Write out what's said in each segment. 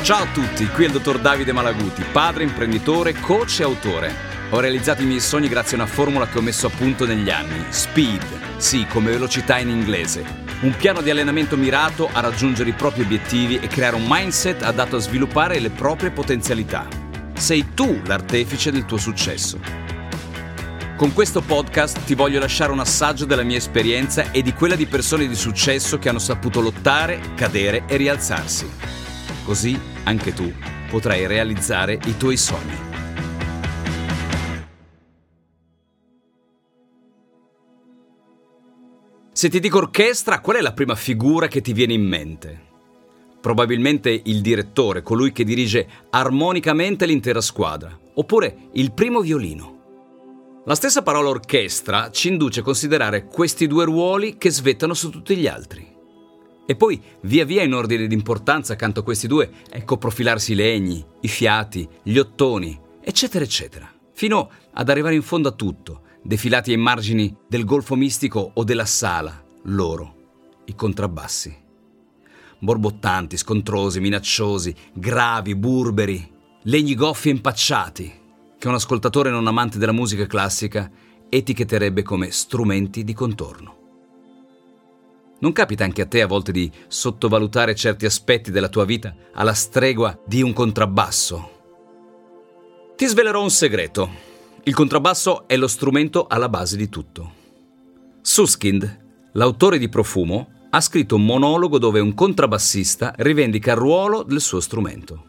Ciao a tutti, qui è il dottor Davide Malaguti, padre, imprenditore, coach e autore. Ho realizzato i miei sogni grazie a una formula che ho messo a punto negli anni. Speed, sì, come velocità in inglese. Un piano di allenamento mirato a raggiungere i propri obiettivi e creare un mindset adatto a sviluppare le proprie potenzialità. Sei tu l'artefice del tuo successo. Con questo podcast ti voglio lasciare un assaggio della mia esperienza e di quella di persone di successo che hanno saputo lottare, cadere e rialzarsi. Così anche tu potrai realizzare i tuoi sogni. Se ti dico orchestra, qual è la prima figura che ti viene in mente? Probabilmente il direttore, colui che dirige armonicamente l'intera squadra, oppure il primo violino. La stessa parola orchestra ci induce a considerare questi due ruoli che svettano su tutti gli altri. E poi, via via in ordine di importanza accanto a questi due, ecco profilarsi i legni, i fiati, gli ottoni, eccetera eccetera, fino ad arrivare in fondo a tutto, defilati ai margini del golfo mistico o della sala, loro, i contrabbassi. Borbottanti, scontrosi, minacciosi, gravi, burberi, legni goffi e impacciati, che un ascoltatore non amante della musica classica etichetterebbe come strumenti di contorno. Non capita anche a te a volte di sottovalutare certi aspetti della tua vita alla stregua di un contrabbasso? Ti svelerò un segreto. Il contrabbasso è lo strumento alla base di tutto. Susskind, l'autore di Profumo, ha scritto un monologo dove un contrabbassista rivendica il ruolo del suo strumento.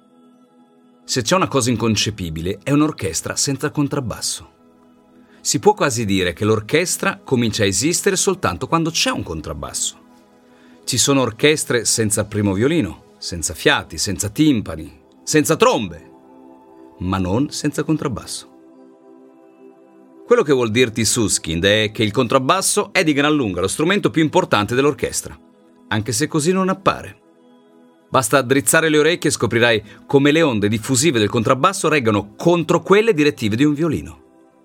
Se c'è una cosa inconcepibile è un'orchestra senza contrabbasso. Si può quasi dire che l'orchestra comincia a esistere soltanto quando c'è un contrabbasso. Ci sono orchestre senza primo violino, senza fiati, senza timpani, senza trombe, ma non senza contrabbasso. Quello che vuol dirti Susskind è che il contrabbasso è di gran lunga lo strumento più importante dell'orchestra, anche se così non appare. Basta drizzare le orecchie e scoprirai come le onde diffusive del contrabbasso reggano contro quelle direttive di un violino.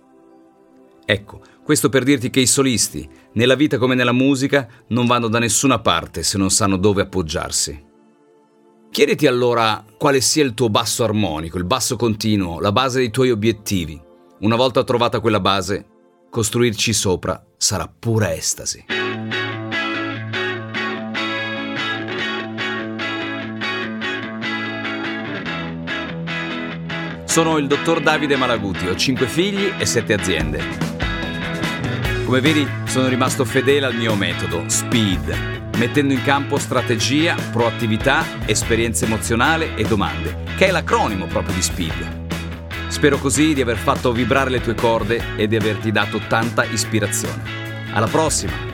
Ecco, questo per dirti che i solisti, nella vita come nella musica, non vanno da nessuna parte se non sanno dove appoggiarsi. Chiediti allora quale sia il tuo basso armonico, il basso continuo, la base dei tuoi obiettivi. Una volta trovata quella base, costruirci sopra sarà pura estasi. Sono il dottor Davide Malaguti, ho 5 figli e 7 aziende. Come vedi, sono rimasto fedele al mio metodo, SPEED, mettendo in campo strategia, proattività, esperienza emozionale e domande, che è l'acronimo proprio di SPEED. Spero così di aver fatto vibrare le tue corde e di averti dato tanta ispirazione. Alla prossima!